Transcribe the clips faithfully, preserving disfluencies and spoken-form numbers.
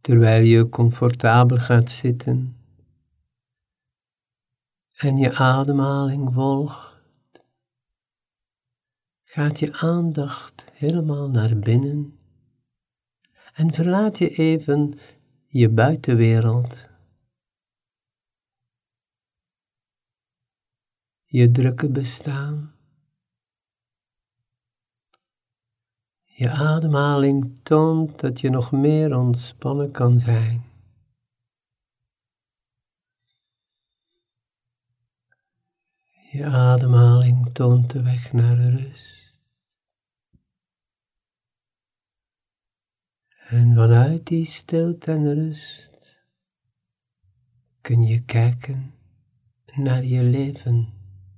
terwijl je comfortabel gaat zitten en je ademhaling volgt, gaat je aandacht helemaal naar binnen en verlaat je even je buitenwereld. Je drukke bestaan. Je ademhaling toont dat je nog meer ontspannen kan zijn. Je ademhaling toont de weg naar rust. En vanuit die stilte en rust kun je kijken naar je leven.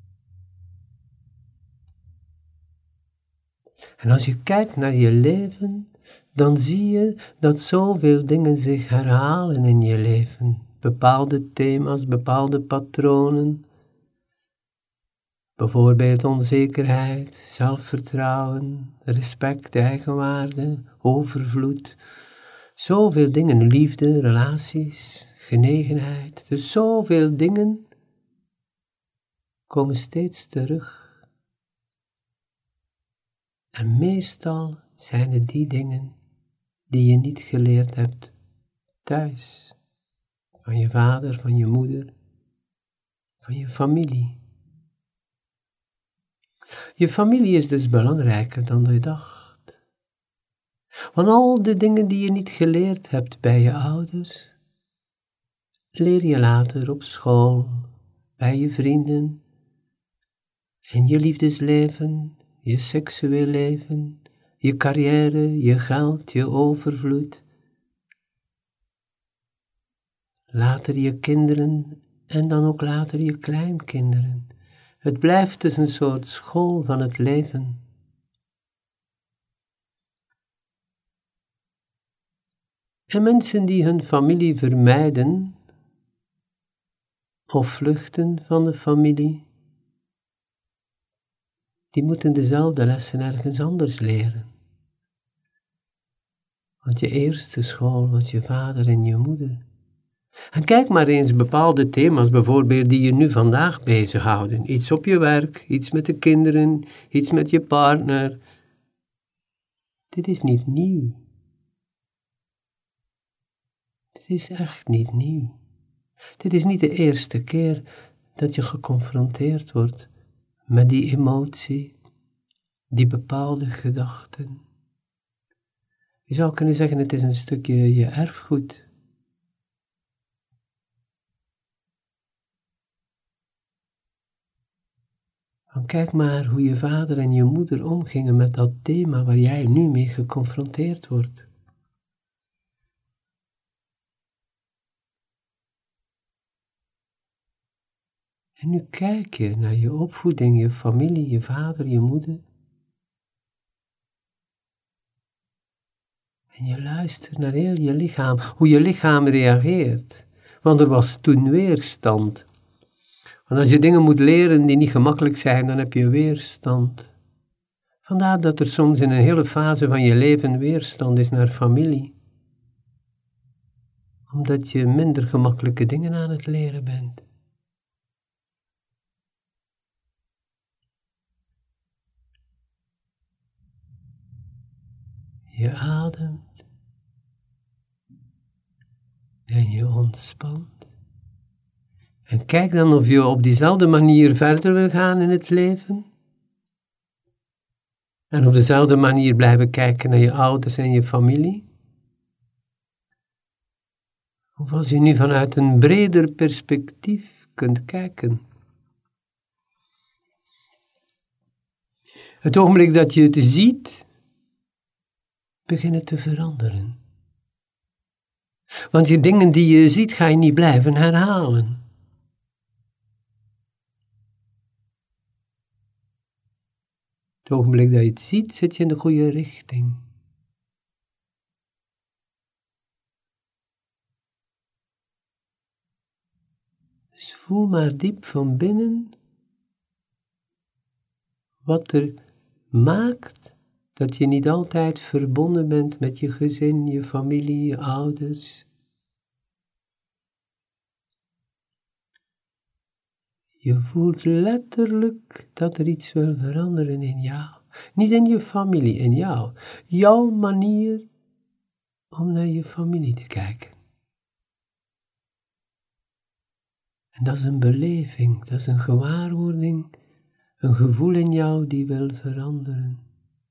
En als je kijkt naar je leven, dan zie je dat zoveel dingen zich herhalen in je leven. Bepaalde thema's, bepaalde patronen. Bijvoorbeeld onzekerheid, zelfvertrouwen, respect, eigenwaarde, overvloed. Zoveel dingen, liefde, relaties, genegenheid. Dus zoveel dingen komen steeds terug. En meestal zijn het die dingen die je niet geleerd hebt thuis. Van je vader, van je moeder, van je familie. Je familie is dus belangrijker dan je dacht. Want al de dingen die je niet geleerd hebt bij je ouders, leer je later op school, bij je vrienden, in je liefdesleven, je seksueel leven, je carrière, je geld, je overvloed. Later je kinderen en dan ook later je kleinkinderen. Het blijft dus een soort school van het leven. En mensen die hun familie vermijden of vluchten van de familie, die moeten dezelfde lessen ergens anders leren. Want je eerste school was je vader en je moeder. En kijk maar eens bepaalde thema's bijvoorbeeld die je nu vandaag bezighouden. Iets op je werk, iets met de kinderen, iets met je partner. Dit is niet nieuw. Dit is echt niet nieuw. Dit is niet de eerste keer dat je geconfronteerd wordt met die emotie, die bepaalde gedachten. Je zou kunnen zeggen, het is een stukje je erfgoed. Dan kijk maar hoe je vader en je moeder omgingen met dat thema waar jij nu mee geconfronteerd wordt. En nu kijk je naar je opvoeding, je familie, je vader, je moeder. En je luistert naar heel je lichaam, hoe je lichaam reageert. Want er was toen weerstand. Want als je dingen moet leren die niet gemakkelijk zijn, dan heb je weerstand. Vandaar dat er soms in een hele fase van je leven weerstand is naar familie. Omdat je minder gemakkelijke dingen aan het leren bent. Je ademt en je ontspant. En kijk dan of je op diezelfde manier verder wil gaan in het leven. En op dezelfde manier blijven kijken naar je ouders en je familie. Of als je nu vanuit een breder perspectief kunt kijken. Het ogenblik dat je het ziet, beginnen te veranderen. Want die dingen die je ziet, ga je niet blijven herhalen. Het ogenblik dat je het ziet, zit je in de goede richting. Dus voel maar diep van binnen wat er maakt dat je niet altijd verbonden bent met je gezin, je familie, je ouders. Je voelt letterlijk dat er iets wil veranderen in jou. Niet in je familie, in jou. Jouw manier om naar je familie te kijken. En dat is een beleving, dat is een gewaarwording, een gevoel in jou die wil veranderen.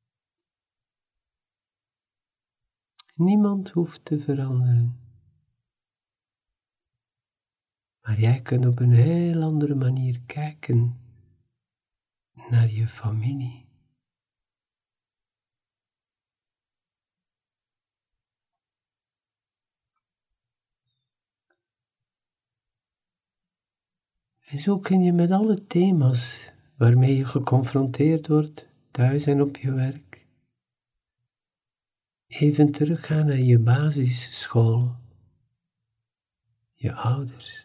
Niemand hoeft te veranderen. Maar jij kunt op een heel andere manier kijken naar je familie. En zo kun je met alle thema's waarmee je geconfronteerd wordt, thuis en op je werk, even teruggaan naar je basisschool, je ouders.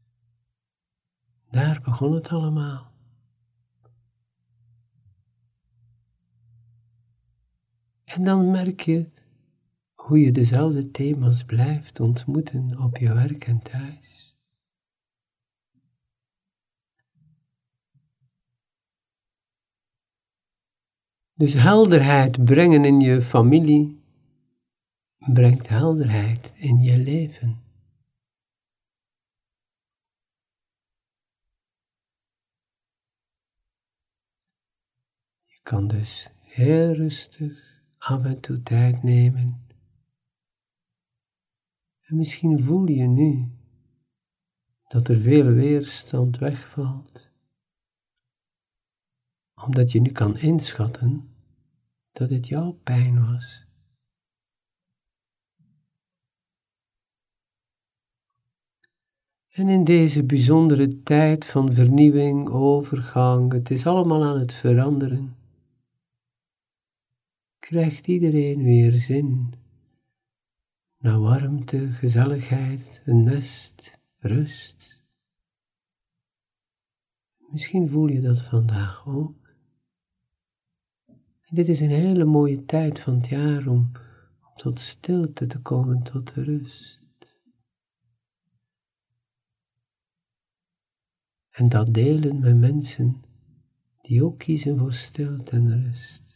Daar begon het allemaal. En dan merk je hoe je dezelfde thema's blijft ontmoeten op je werk en thuis. Dus helderheid brengen in je familie brengt helderheid in je leven. Je kan dus heel rustig af en toe tijd nemen. En misschien voel je nu dat er veel weerstand wegvalt, omdat je nu kan inschatten dat het jouw pijn was. En in deze bijzondere tijd van vernieuwing, overgang, het is allemaal aan het veranderen, krijgt iedereen weer zin naar warmte, gezelligheid, een nest, rust. Misschien voel je dat vandaag ook. En dit is een hele mooie tijd van het jaar om, om tot stilte te komen, tot rust. En dat delen met mensen die ook kiezen voor stilte en rust.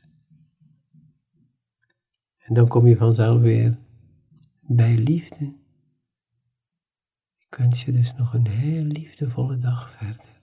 En dan kom je vanzelf weer bij liefde. Ik wens je dus nog een heel liefdevolle dag verder.